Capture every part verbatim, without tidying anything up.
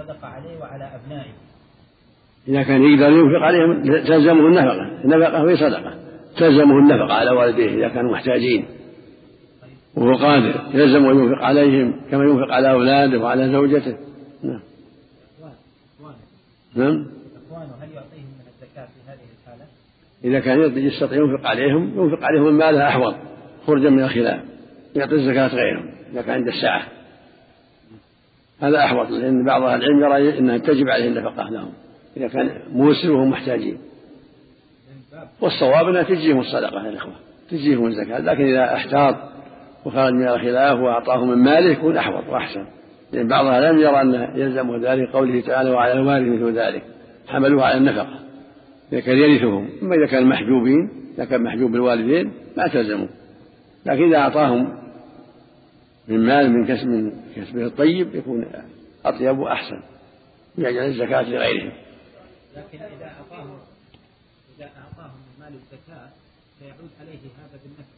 الصدقة عليه وعلى أبنائه. إذا كان يقدر ينفق عليهم تلزمه النفقة، النفقة هي صدقة، تلزمه النفقة على والديه إذا كانوا محتاجين وهو قادر، يلزمه أن ينفق عليهم كما ينفق على أولاده وعلى زوجته. نعم. نعم. إخوانه هل يعطيهم من الزكاة في هذه الحالة؟ إذا كان يستطيع ينفق عليهم ينفق عليهم من مالها أحوط خرجا من الخلاف، يعطي الزكاة غيرهم إذا كان عنده الساعة، هذا أحوط، لأن بعض أهل العلم يرى أنها تجب عليه النفقة لهم إذا كان موسر وهم محتاجين، والصواب أنها تجيهم الصدقة يا الإخوة، تجيهم الزكاة، لكن إذا احتاط وخرج من الخلاف وأعطاه من ماله يكون أحوط وأحسن، لأن بعض أهل العلم يرى أنه يلزمه ذلك قوله تعالى وعلى الوارث مثل ذلك، حملوه على النفقة إذا كان يرثهم، أما إذا كان محجوبين، إذا كان محجوب بالوالدين ما تلزموا، لكن إذا أعطاهم من مال من كسب من كسبه الطيب يكون أطيب وأحسن، يجعل الزكاة لغيرهم. لكن إذا أعطاهم إذا أعطاهم من مال الزكاة فيعود عليه هذا بالنفع.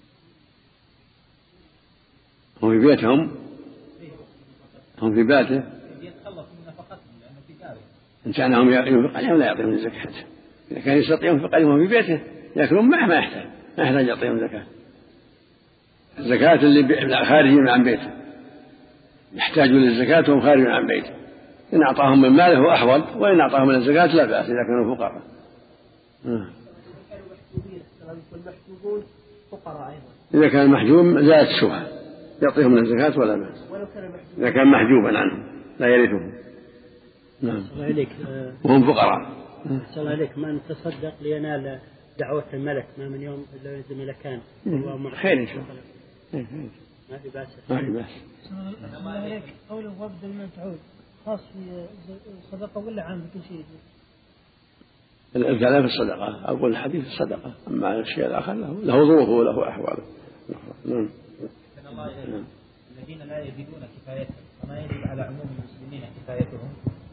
هم في بيتهم، هم في بيته يتخلص من نفقتهم لأنه في داره. إن كانهم ينفق عليهم لا يعطيهم الزكاة، إذا كان يستطيع ينفق عليهم في بيته يأكلون معه ما يحتاج ما يحتاج يعطيهم زكاة. الزكاة اللي خارجين عن بيته يحتاجون للزكاة وهم خارجين عن بيته، إن أعطاهم من ماله هو أحوط، وإن أعطاهم من الزكاة لا بأس إذا كانوا فقراء. إذا كان محجوب زادت الشبهة يعطيهم من الزكاة ولا بأس، إذا كان محجوبا عنهم لا يرثهم. نعم. وهم فقراء. أحسن عليك، من تصدق لينال دعوة الملك ما من يوم إلا ينزل ملكان. خير إن شاء الله. ما في بأس. ما في بأس. عليك قوله وابدل من تعود خاص في صدقة ولا عام في كل شيء؟ الكلام في الصدقة، أقول الحديث الصدقة، أما الشيء الآخر له له ظروفه وله أحواله. نعم. الذين لا يجدون كفايتهم وما يجب على عموم المسلمين كفايتهم.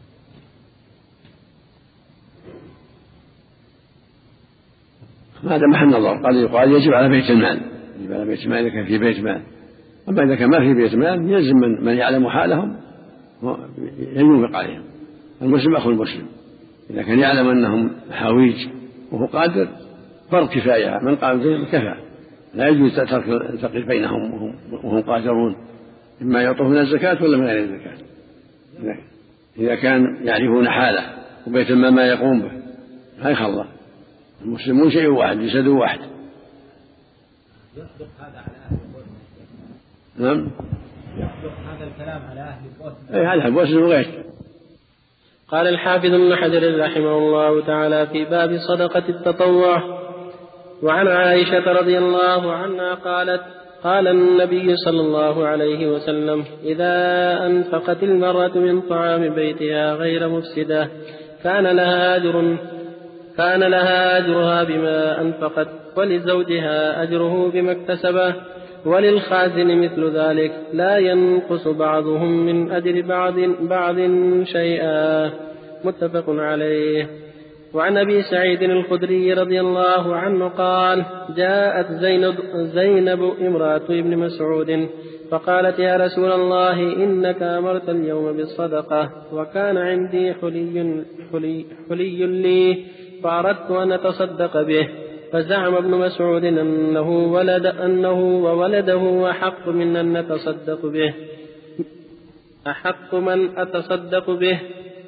هذا محل نظر، قال يقال يجب على بيت المال، يجب على بيت المال إذا كان في بيت مال، أما إذا كان ما في بيت مال يلزم من, من يعلم حالهم ينفق عليهم. المسلم أخو المسلم إذا كان يعلم أنهم حويج وهو قادر فرض كفاية، من قال كفى، لا يجوز ترك الفقير بينهم وهم قادرون، إما يعطوه من الزكاة ولا من غير الزكاة. إذا كان يعرفون حاله وبيت المال ما يقوم به لا يخلى، المسلمون شيء واحد جسد واحد. يصدق هذا على أهل البوسنة. نعم. يصدق هذا الكلام على أهل البوسنة. أي هذا البوسنة وغيره. قال الحافظ ابن حجر رحمه الله تعالى في باب صدقة التطوع: وعن عائشة رضي الله عنها قالت: قال النبي صلى الله عليه وسلم: إذا أنفقت المرأة من طعام بيتها غير مفسدة كان لها أجر كان لها أجرها بما أنفقت، ولزوجها أجره بما اكتسبه، وللخازن مثل ذلك، لا ينقص بعضهم من أجر بعض, بعض شيئا. متفق عليه. وعن أبي سعيد الخدري رضي الله عنه قال: جاءت زينب, زينب امرأة ابن مسعود فقالت: يا رسول الله إنك أمرت اليوم بالصدقة وكان عندي حلي, حلي, حلي لي فأردت أن أتصدق به، فزعم ابن مسعود أنه ولد أنه وولده أحق من أن نتصدق به أحق من أتصدق به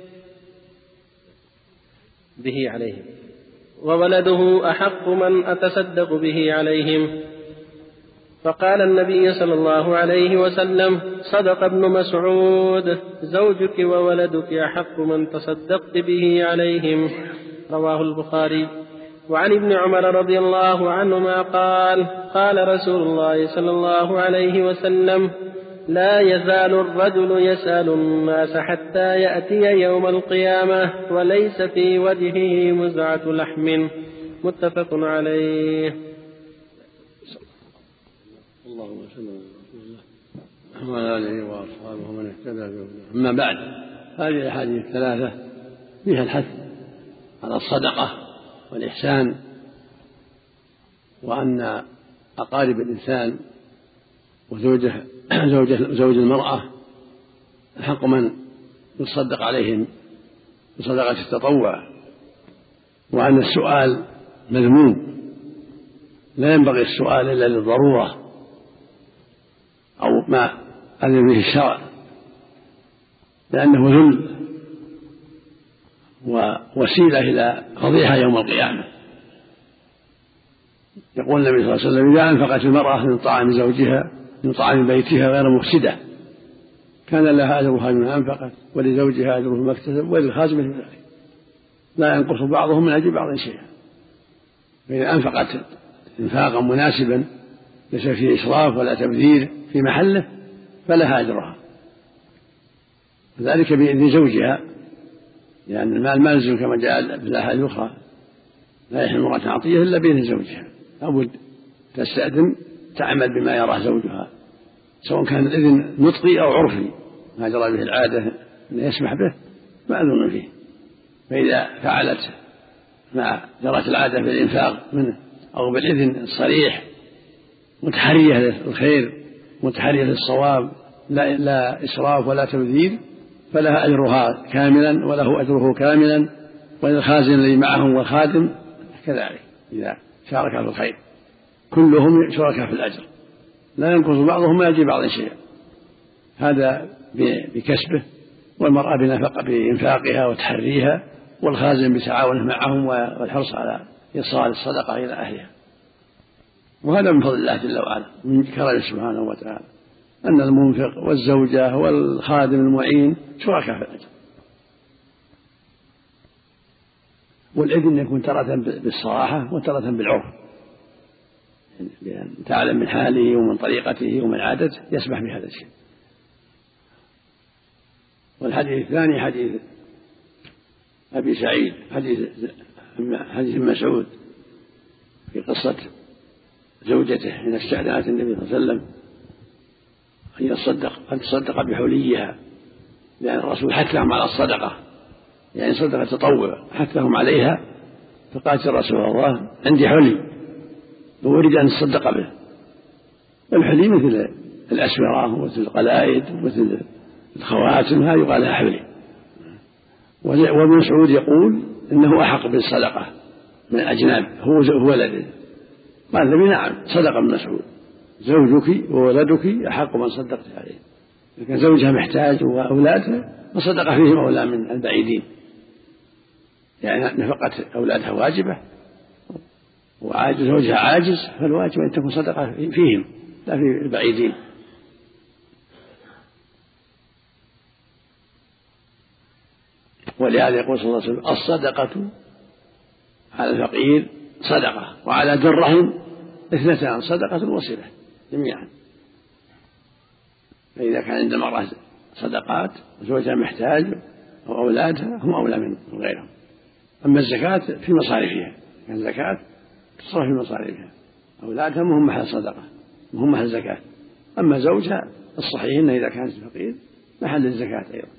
به عليهم وولده أحق من أتصدق به عليهم. فقال النبي صلى الله عليه وسلم: صدق ابن مسعود، زوجك وولدك أحق من تصدقت به عليهم. رواه البخاري. وعن ابن عمر رضي الله عنهما قال: قال رسول الله صلى الله عليه وسلم: لا يزال الرجل يسأل الناس حتى يأتي يوم القيامة وليس في وجهه مزعة لحم. متفق عليه. اللهم صل على رسول الله وعلى آله وأصحابه ومن اهتدى بهداه. أما بعد، هذه الأحاديث الثلاثة فيها الحث على الصدقة والإحسان، وأن أقارب الإنسان وزوجه زوج, زوج المرأة أحق من يتصدق عليهم بصدقة التطوع، وأن السؤال مذموم، لا ينبغي السؤال إلا للضرورة أو ما أذن به الشرع، لأنه ذل ووسيلة إلى فضيحة يوم القيامة. يقول النبي صلى الله عليه وسلم: إذا أنفقت المرأة من طعام زوجها من طعام بيتها غير مفسدة كان لها أجرها بما أنفقت ولزوجها أجره ما اكتسب وللخازن مثل ذلك، لا ينقص بعضهم من أجر بعض شيئا. فإذا أنفقت إنفاقا مناسبا ليس فيه إسراف ولا تبذير في محله فلها أجرها، وذلك بإذن زوجها، لأن المال ما يلزم كما جاء في الأحاديث الأخرى لا يحل امرأة عطية إلا بإذن زوجها، لابد تستأذن تعمل بما يراه زوجها، سواء كان الإذن نطقي أو عرفي، ما جرى به العادة أن يسمح به مأذون فيه. فإذا فعلت ما جرت العادة بالإنفاق منه أو بالإذن الصريح متحرية للخير متحرية للصواب لا, لا إسراف ولا تبذير فلها أجرها كاملا وله أجره كاملا، وللخازن الذي معهم والخادم كذلك إذا شارك في الخير كلهم شركاء في الأجر، لا ينقص بعضهم ما يجي بعض شيئا. هذا بكسبه، والمرأة بنفقة بإنفاقها وتحريها، والخازن بتعاونه معهم والحرص على إيصال الصدقة إلى أهلها. وهذا من فضل الله جل وعلا من كرمه سبحانه وتعالى أن المنفق والزوجة والخادم المعين شركاء في الأجر. والإذن يكون تارة بالصراحة وتارة بالعرف، لأن تعلم من حاله ومن طريقته ومن عادته يسمح بهذا الشيء. والحديث الثاني حديث أبي سعيد حديث حديث مسعود في قصة زوجته حين استأذنت النبي صلى الله عليه وسلم أن يتصدق أن تصدق بحليها، لأن الرسول حثهم على الصدقة، يعني صدقة تطوع حثهم عليها، فقالت يا رسول الله عندي حلي وأريد أن أتصدق به. الحلي مثل الأسورة ومثل القلائد ومثل الخواتم هذه يقال لها حلي. وابن مسعود يقول إنه أحق بالصدقة من الأجناب هو ولده. قال النبي نعم صدق ابن مسعود، زوجك وولدك أحق من صدقت عليه، لكن زوجها محتاج وأولادها فصدق فيهم أولى من البعيدين، يعني نفقة أولادها واجبة وعاجز زوجها عاجز، فالواجب أن تكون صدقة فيهم لا في البعيدين. ولهذا يقول صلى الله عليه وسلم الصدقة على الفقير صدقة وعلى ذي الرحم اثنتان صدقة وصلة جميعا. فإذا كان عند المرأة صدقات وزوجها محتاج أو أولادها هم أولى من غيرهم. أما الزكاة في مصاريفها، كان الزكاة تصرف في مصاريفها، أولادها مهم محل صدقة مهم محل زكاة. أما زوجها الصحيح أنه إذا كانت فقير محل الزكاة أيضا.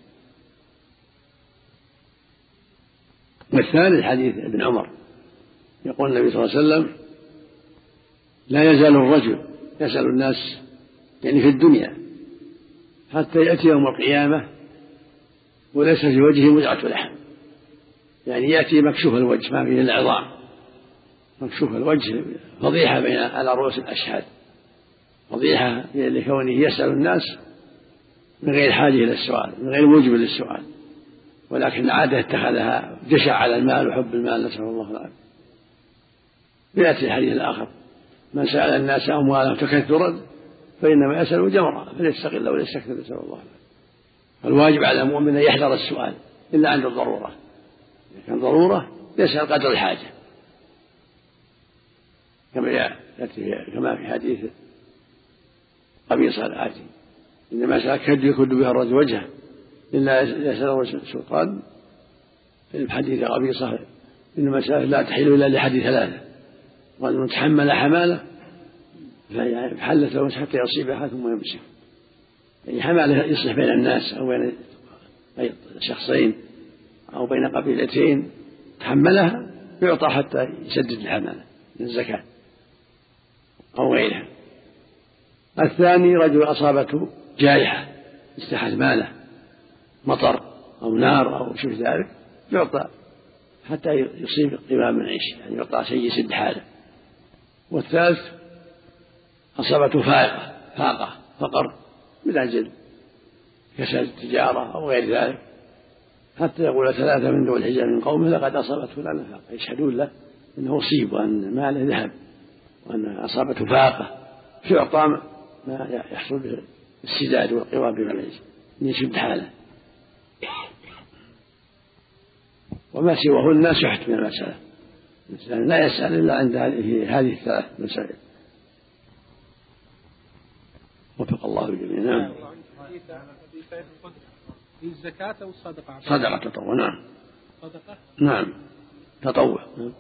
والثالث حديث ابن عمر يقول النبي صلى الله عليه وسلم لا يزال الرجل يسأل الناس يعني في الدنيا حتى يأتي يوم القيامة وليس في وجهه مزعة لحم، يعني يأتي مكشوف الوجه ما فيه العظام، مكشوف الوجه فضيحة بين على رؤوس الأشهاد، فضيحة لكونه يسأل الناس من غير حاجة إلى السؤال من غير موجب للسؤال، ولكن العادة اتخذها جشع على المال وحب المال نسأل الله العافية. يأتي الحديث الآخر من سأل الناس أموالهم تكثرا فإنما يسأل جمرا فليستقل وليستكثر نسأل الله العافية. فالواجب على المؤمن أن يحذر السؤال إلا عند الضرورة، إذا كان ضرورة يسأل قدر الحاجة، كما يأتي كما في حديث قبيصة الآتي إنما سأل كد يكد بها الرجل وجهه إلا يسأله السلطان. في حديث قبيصة إنما سأل لا تحل إلا لحد ثلاثة، رجل تحمل حمالة فحلت له حتى يصيبها ثم يمسك، يعني حمالة يصلح بين الناس أو بين شخصين أو بين قبيلتين تحملها يعطى حتى يسدد الحمالة من الزكاة أو غيرها. الثاني رجل أصابته جائحة استحل ماله مطر أو نار أو شبه ذلك يعطى حتى يصيب قوام العيش، يعني يعطى شيء يسد حاله. والثالث أصابته فائقة فاقة فقر من أجل كسل تجارة أو غير ذلك، حتى يقول ثلاثة من ذوي الحجة من قومه لقد أصابته فلان فاقة، يشهدون له أنه أصيب وأن ماله ذهب وأن أصابته فاقة، فيعطى ما يحصل به السداد والقوام بالعيش أن يشد حاله. وما سواهن سحت من المسألة، الإنسان لا يسأل إلا عند هذه الثلاث مسائل. وفق الله الجميع. نعم. في الزكاة أو الصدقة؟ صدقة تطوع. نعم. صدقة. نعم تطوع. نعم.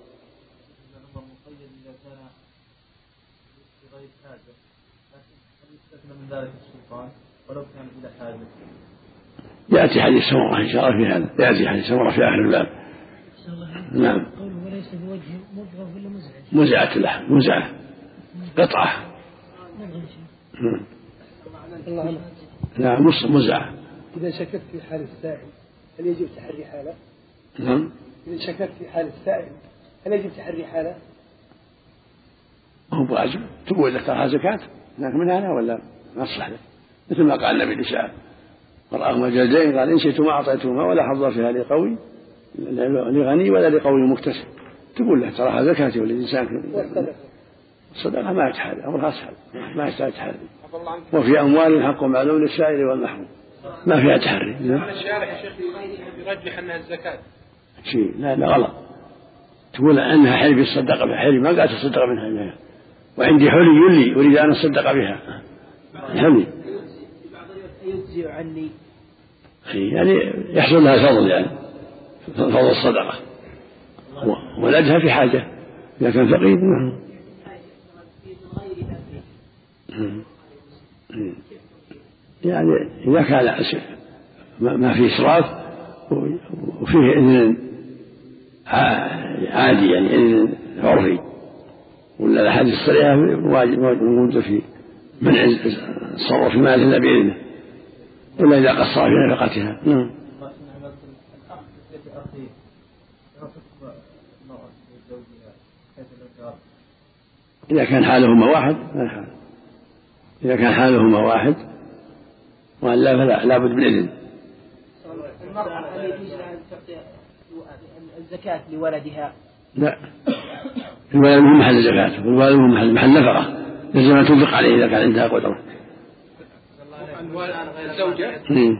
من ذلك السلطان ولو كان إلى حاجة. يأتي حديث سمرة إن شاء الله في هذا، يأتي حديث سمرة في آخر الباب. نعم. قوله وليس بوجه مضغة ولا مزعج. مزعة اللحم، مزعة قطعة. نعم نص مزعة. إذا شككت في حال السائل هل يجب تحري حاله؟ نعم. إذا شككت في حال السائل هل يجب تحري حاله؟ هو واجب تقول لك ترى زكاة لكن من هذا ولا نصح له، مثل ما قال النبي لشعب ورآهما جلدين قال إن شئت ما أعطيتهما ولا حظ فيها لقوي لغني ولا لقوي مكتسب، تقول له ترى زكاتي والإنسان الصدقة ما يتحرى أمرها أسهل ما يحتاج تحري، وفي أموال حق معلوم للسائل والمحروم ما فيها تحري. الشارع يا شيخ يرجح أنها الزكاة شيء لا لا غلط، تقول أنها حلي بالصدقة بحلي ما قالت الصدقة منها، وعندي حلي يلي أريد أن أصدق بها حلي يجزي عني يعني يحصل لها فضل، يعني فضل الصدقة، ولدها في حاجة إذا كان فقير. يعني إذا كان ما فيه إسراف وفيه إذن عادي يعني إذن عرفي، ولا الأحاديث الصريحة موجودة في منع الصرف في مال إلا بإذنه، ولا إذا قصر في نفقتها. نعم. إذا كان حالهما واحد إذا كان حالهما واحد وإلا فلا لا بد من إذن. المرأة هل يجوز أن تعطي الزكاة لولدها؟ لا، الولد هو محل الزكاة، والولد هو محل محل نفقة، لازم أن تنفق عليه إذا كان عندها قدرة. الزوجة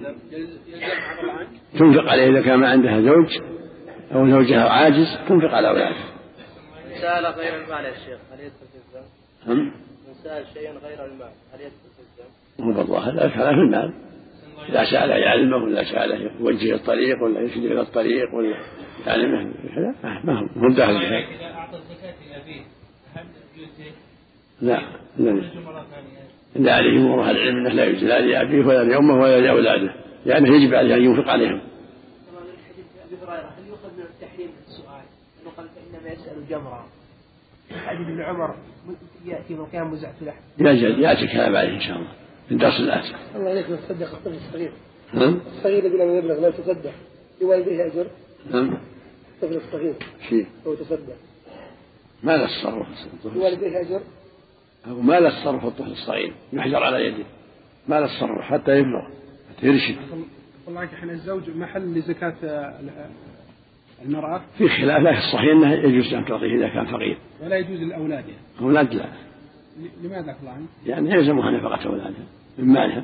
تنفق عليه إذا كان ما عندها زوج أو زوجها عاجز تنفق على أولادها. سأل غير المال يا شيخ هل يدخل في الزكاة؟ هم؟ سأل شيئا غير المال هل يدخل في الزكاة؟ هو بالله لا يدخل في المال، إذا سأله يعلمه ولا سأله يوجه الطريق ولا يرشد إلى الطريق ولا يعلمه ما هو هم داخل الزكاة. إذا أعطى الزكاة لأبيه هل يجزي؟ لا لا لا عليه أمور أهل العلم أنه لا يجزي لا لأبيه ولا لأمه ولا لأولاده، لأنه يعني يجب عليه أن ينفق عليهم. أبي هريرة هل يؤخذ من التحريم السؤال أنه قال فإنما يسأل جمرا؟ حديث ابن عمر يأتي وكان مزعة لحم. يأتي الكلام عليه إن شاء الله في الدرس الآتي. الله عليك تصدق الطفل الصغير. نعم. الصغير الذي لم يبلغ لا تصدق لوالديه أجر. نعم. الطفل الصغير. شيء. هو تصدق. ما له التصرف. لوالديه أجر. أو ما له التصرف الطفل الصغير يحجر على يده، ما له التصرف حتى يبلغ حتى يرشد. والله احنا الزوج محل لزكاة المرأة في خلاف، لكن الصحيح أنه يجوز أن تعطيه إذا كان فقير. ولا يجوز للأولاد يعني. أولاد لا. لماذا الله عنه؟ يعني يلزمها نفقة أولادها من مالها.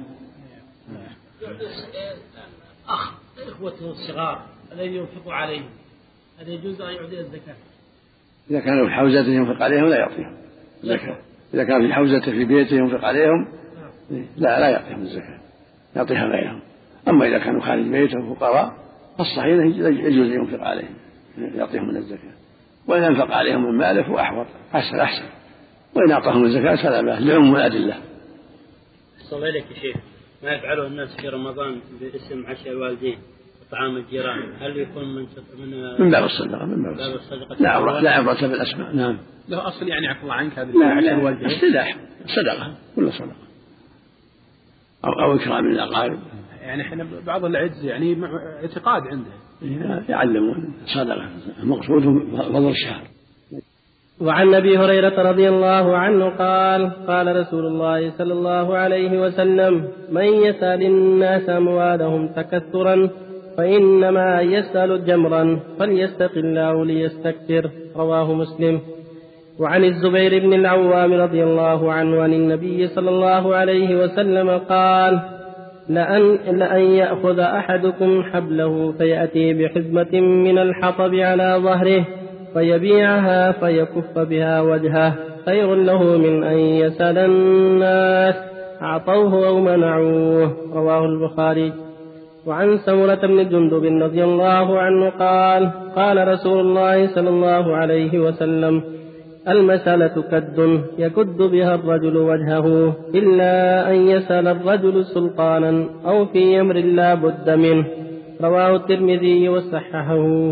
أخ إخوته الصغار الذين ينفق عليهم هذا يجوز أن يعطي الزكاة؟ إذا كانوا في حوزته ينفق عليهم لا يعطيهم الزكاة. إذا كان في حوزته في بيته ينفق عليهم لا لا يعطيهم الزكاة، يعطيها غيرهم. أما إذا كانوا خارج بيته فقراء فالصحيح يجوز ينفق عليهم يعطيهم من الزكاة، وإن أنفق عليهم من ماله فهو أحوط أحسن أحسن، وإن أعطاهم الزكاة فلا بأس لعموم الأدلة. صلى عليك يا شيخ، ما يفعله الناس في رمضان باسم عشاء الوالدين وطعام الجيران هل يكون من من من باب الصدقة من باب الصدقة لا عبرة لا عبرة بالأسماء. نعم. له أصل يعني عفوا عنك هذا لا لا اصطلاح صدقة كل صدقة أو أو إكرام الأقارب. يعني احنا بعض العجز يعني اعتقاد عنده يعلمون صدقة المقصود فضل الشهر. وعن أبي هريرة رضي الله عنه قال قال رسول الله صلى الله عليه وسلم من يسأل الناس أموالهم تكثرا فإنما يسأل جمرا فليستق الله ليستكثر. رواه مسلم. وعن الزبير بن العوام رضي الله عنه عن النبي صلى الله عليه وسلم قال لأن, لأن يأخذ أحدكم حبله فيأتي بحزمة من الحطب على ظهره فيبيعها فيكف بها وجهه خير له من أن يسأل الناس أعطوه أو منعوه. رواه البخاري. وعن سمرة بن جندب رضي الله عنه قال قال رسول الله صلى الله عليه وسلم المسألة كد يكد بها الرجل وجهه إلا أن يسأل الرجل سلطانا أو في أمر لا بد منه. رواه الترمذي وصححه.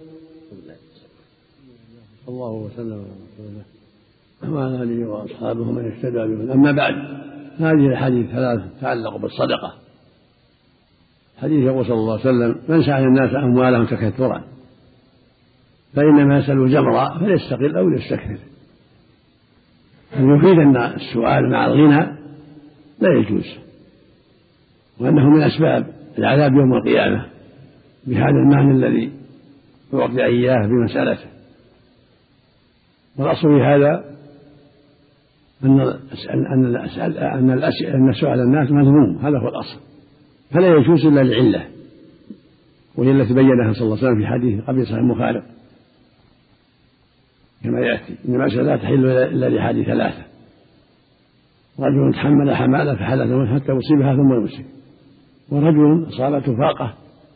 الله وسلم وعلى آله وأصحابه من اهتدى بهم. أما بعد، هذه الحديث ثلاث تتعلق بالصدقة. حديث يقول صلى الله عليه وسلم من سأل الناس أموالهم تكثرا فإنما يسأل جمرا فليستقل أو ليستكثر. يفيد أن السؤال مع الغنى لا يجوز، وأنه من أسباب العذاب يوم القيامة بهذا المعنى الذي يعطي إياه بمسألته. والأصل في هذا أن أن أن سؤال الناس مذموم، هذا هو الأصل، فلا يجوز إلا لعلة، وهي التي بينها صلى الله عليه وسلم في حديث قبيصة المخالف كما يأتي إن المسألة لا تحل إلا لحادث ثلاثة: رجل تحمل حمالة فحلت حتى يصيبها ثم يمسك، ورجل أصابته فاقة،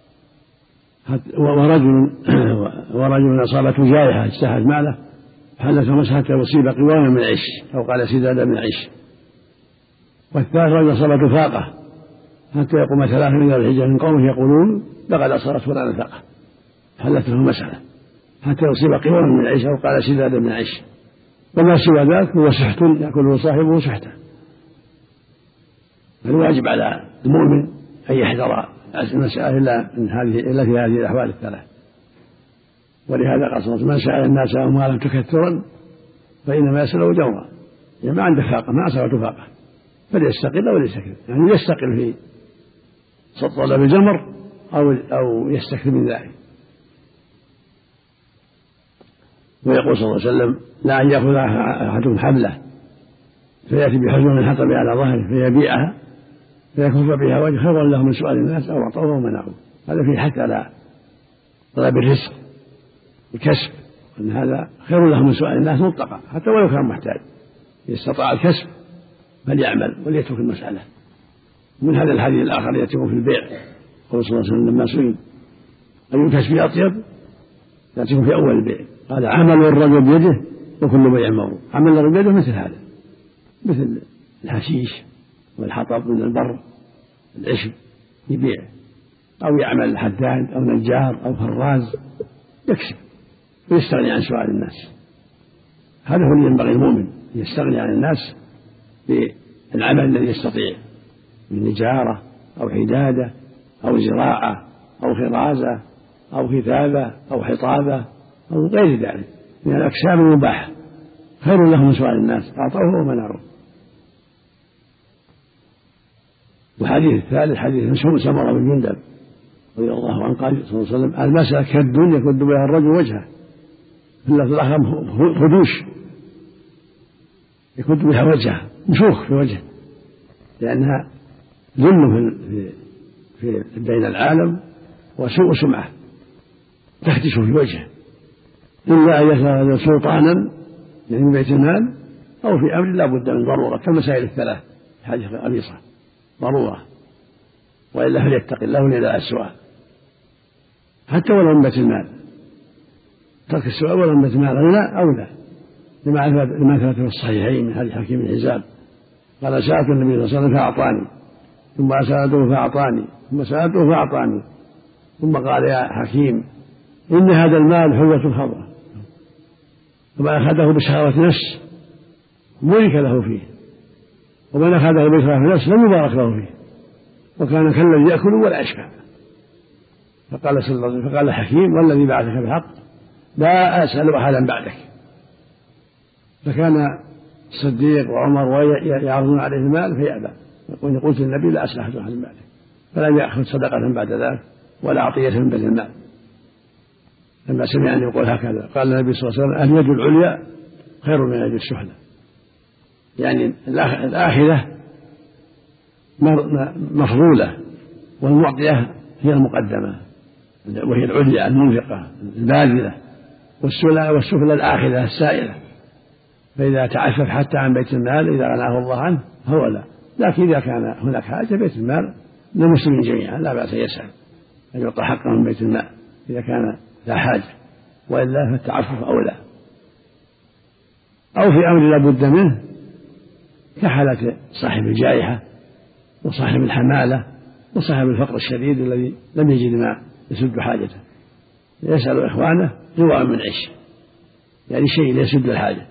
ورجل ورجل أصابته جائحة اجتاحت ماله فحلت ومسك حتى يصيب قواما من عيش أو قال سدادا من عيش، والثالث رجل أصابته فاقة حتى يقوم ثلاثة من ذي الحجة من قومه يقولون لقد أصابت فلان فاقة حلت له مسألة حتى يصيب قواما من عيش أو قال سدادا من عيش، وما سوى ذلك هو سحت يأكله صاحبه سحتا. فالواجب على المؤمن أن يحذر المسألة إلا من هذه إلا في هذه الأحوال الثلاث. ولهذا قال صلى الله عليه وسلم من سأل الناس أموالهم تكثرا فإنما يسأله جورا، يعني ما عنده فاقة، ما أصابته فاقة، فليستقل أو ليستكثر، يعني يستقل في طلب الجمر أو أو يستكثر من ذلك. ويقول صلى الله عليه وسلم لا أن يأخذ أحدكم حبله فيأتي بحزمة من الحطب على ظهره فيبيعها فيكف بها وجه خير له من سؤال الناس أو أعطوه ومنعوه. هذا فيه حتى على طلب الرزق الكسب، أن هذا خير له من سؤال الناس مطلقا حتى ولو كان محتاج، إذا استطاع الكسب فليعمل وليترك المسألة. من هذا الحديث الآخر يأتيكم في البيع، قال صلى الله عليه وسلم لما سئل أي الكسب أطيب يأتيكم في أول البيع قال عمل الرجل بيده وكل بيع مبرور. عمل الرجل بيده مثل هذا، مثل الحشيش والحطب من البر العشب يبيع، أو يعمل الحداد أو نجار أو فراز يكسب ويستغني عن سؤال الناس. هذا هو اللي ينبغي المؤمن يستغني عن الناس بالعمل الذي يستطيع من نجارة أو حدادة أو زراعة أو خرازة أو كتابة أو حطابة أو غير ذلك من الأكساب المباحة، خير له من سؤال الناس أعطوه ومنعوه. وحديث الثالث حديث سمرة بن جندب رضي الله عنه قال صلى الله عليه وسلم المسألة كد يكد بها الرجل وجهه، في اللفظ الآخر خدوش يكد بها وجهه، مشوخ في وجهه، لأنها ذل في في بين العالم وسوء سمعة تخدش في وجهه، إلا أن يسأل سلطانا يعني من بيت المال أو في أمر لا بد من ضرورة كالمسائل الثلاث حاجة قبيصة ضرورة، وإلا فليتق الله ولا السؤال حتى ولو من بيت المال، ترك السؤال ولو من بيت المال غنى أو لا، لما ثبت في الصحيحين من حديث حكيم بن حزام قال سألت النبي صلى الله عليه وسلم فأعطاني، ثم سألته فأعطاني، ثم سألته فأعطاني، ثم قال يا حكيم إن هذا المال حلوة خضراء، ومن أخذه بشهوة نفس بورك له فيه، ومن أخذه بشهوة نفس لم يبارك له فيه. وكان كالذي يأكل ولا يشبع. فقال صلى الله عليه وسلم فقال حكيم والذي بعثك بالحق لا أسأل أحدا بعدك. فكان الصديق وعمر يعرضون عليه المال فيأبى يقول قلت للنبي لا أسأل أحدا بعدك، فلم يأخذ صدقة بعد ذلك ولا عطية من بذل المال. لما سمع أن يقول هكذا قال النبي صلى الله عليه وسلم اليد العليا خير من اليد السفلى، يعني الآخذة مفضولة والمعطية هي المقدمة وهي العليا المنفقة الباذلة، والسفلى الآخذة السائلة. فإذا تعفف حتى عن بيت المال إذا غناه الله عنه هو لا، لكن إذا كان هناك حاجة بيت المال للمسلمين جميعا لا بأس يسأل أن يعطى حقه من بيت المال إذا كان لا حاجة، وإلا فالتعفف أولى. أو في أمر لا بد منه كحالة صاحب الجائحة وصاحب الحمالة وصاحب الفقر الشديد الذي لم يجد ما يسد حاجته يسأل إخوانه جوعا من عيش، يعني شيء يسد الحاجة.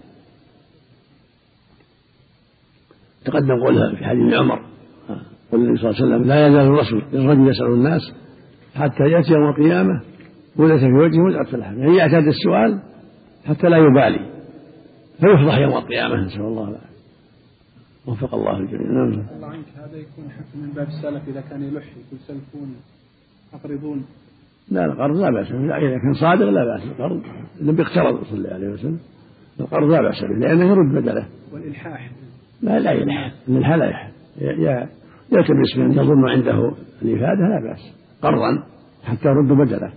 تقدم قولها في حديث عمر قول النبي صلى الله عليه وسلم لا يزال الرسول الرجل يسأل الناس حتى يأتي يوم القيامة وليس في وجهه وزعة اللحم، يعني يعتاد السؤال حتى لا يبالي فيفضح يوم القيامة. نسأل الله العافية وفق الله الجميع. نعم. الله عنك هذا يكون حتى من باب السلف إذا كان يلح يقول سلفون أقرضون. لا القرض لا بأس به، إذا كان صادق لا بأس القرض لم يقترض صلى الله عليه وسلم القرض لا بأس به لأنه يرد بدله. والإلحاح لا لا يلح الإلحاح لا يلح يلتمس من يظن عنده الإفادة لا بأس قرضا حتى يرد بدله.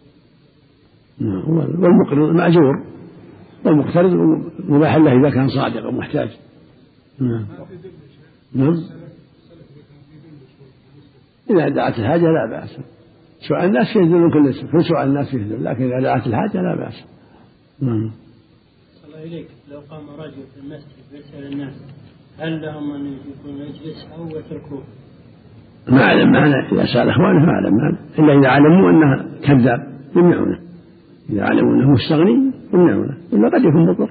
والمقرض مأجور والمقترض مباح له إذا كان صادق ومحتاج. نعم نعم إذا دعت الحاجة لا بأس. سؤال الناس يهدون كل كل سؤال الناس يهدون، لكن إذا دعت الحاجة لا بأس. نعم. صلى الله إليك لو قام رجل في المسجد يسأل الناس هل لهم أن يكون يجلس أو يتركوه؟ ما أعلم معنى إذا سأل إخوانه ما أعلم معنى إلا إذا علموا أنه كذاب يمنعونه، إذا علموا أنه مستغني يمنعونه إلا قد يكون مضر.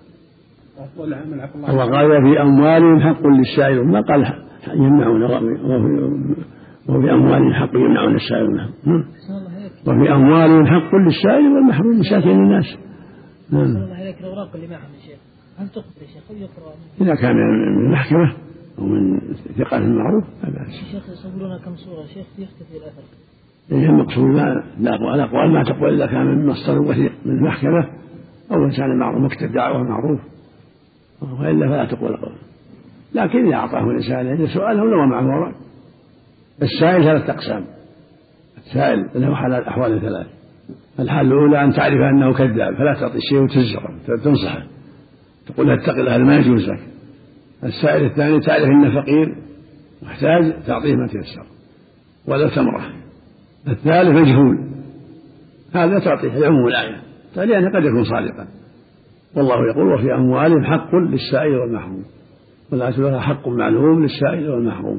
الله قال في أموالهم حق للسائل ما قال يمنعون وفي أموالهم حق يمنعون السائل والمحروم وفي أموالهم حق للسائل والمحروم مساكين الناس. نعم. الله عليك الأوراق اللي معهم يا شيخ هل تقرأ يا شيخ أو يقرأ؟ إذا كان من المحكمة أو من ثقة المعروف لا بأس. شيخ يصورون كم صورة شيخ يختفي الأثر. إيه المقصود ما الأقوال ما تقول إلا كان من مصدر وثيق من المحكمة أو إنسان معروف مكتب دعوة معروف وإلا فلا تقول قول. لكن إذا أعطاه الإنسان عند سؤاله لو معه ورق. السائل ثلاث أقسام. السائل له حالات أحوال ثلاث. الحال الأولى أن تعرف أنه كذاب فلا تعطي شيء وتزجره تنصحه تقول اتق الله هذا ما يجوز لك. السائل الثاني تعرف أنه فقير محتاج تعطيه ما تيسر ولا تمره. الثالث مجهول هذا تعطيه العموم الآية لأنه قد يكون صادقا. والله يقول وفي أموالهم حق للسائل والمحروم والآية لها حق معلوم للسائل والمحروم.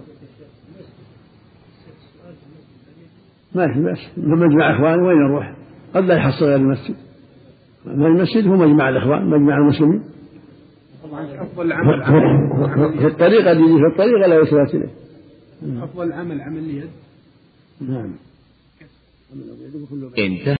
ما في بس مجمع إخوان وين نروح قد لا يحصل غير المسجد. المسجد هو مجمع الإخوان مجمع المسلمين. أفضل عمل في الطريقة اللي في الطريقة لا يسلات إليه. أفضل عمل عمل اليد. نعم.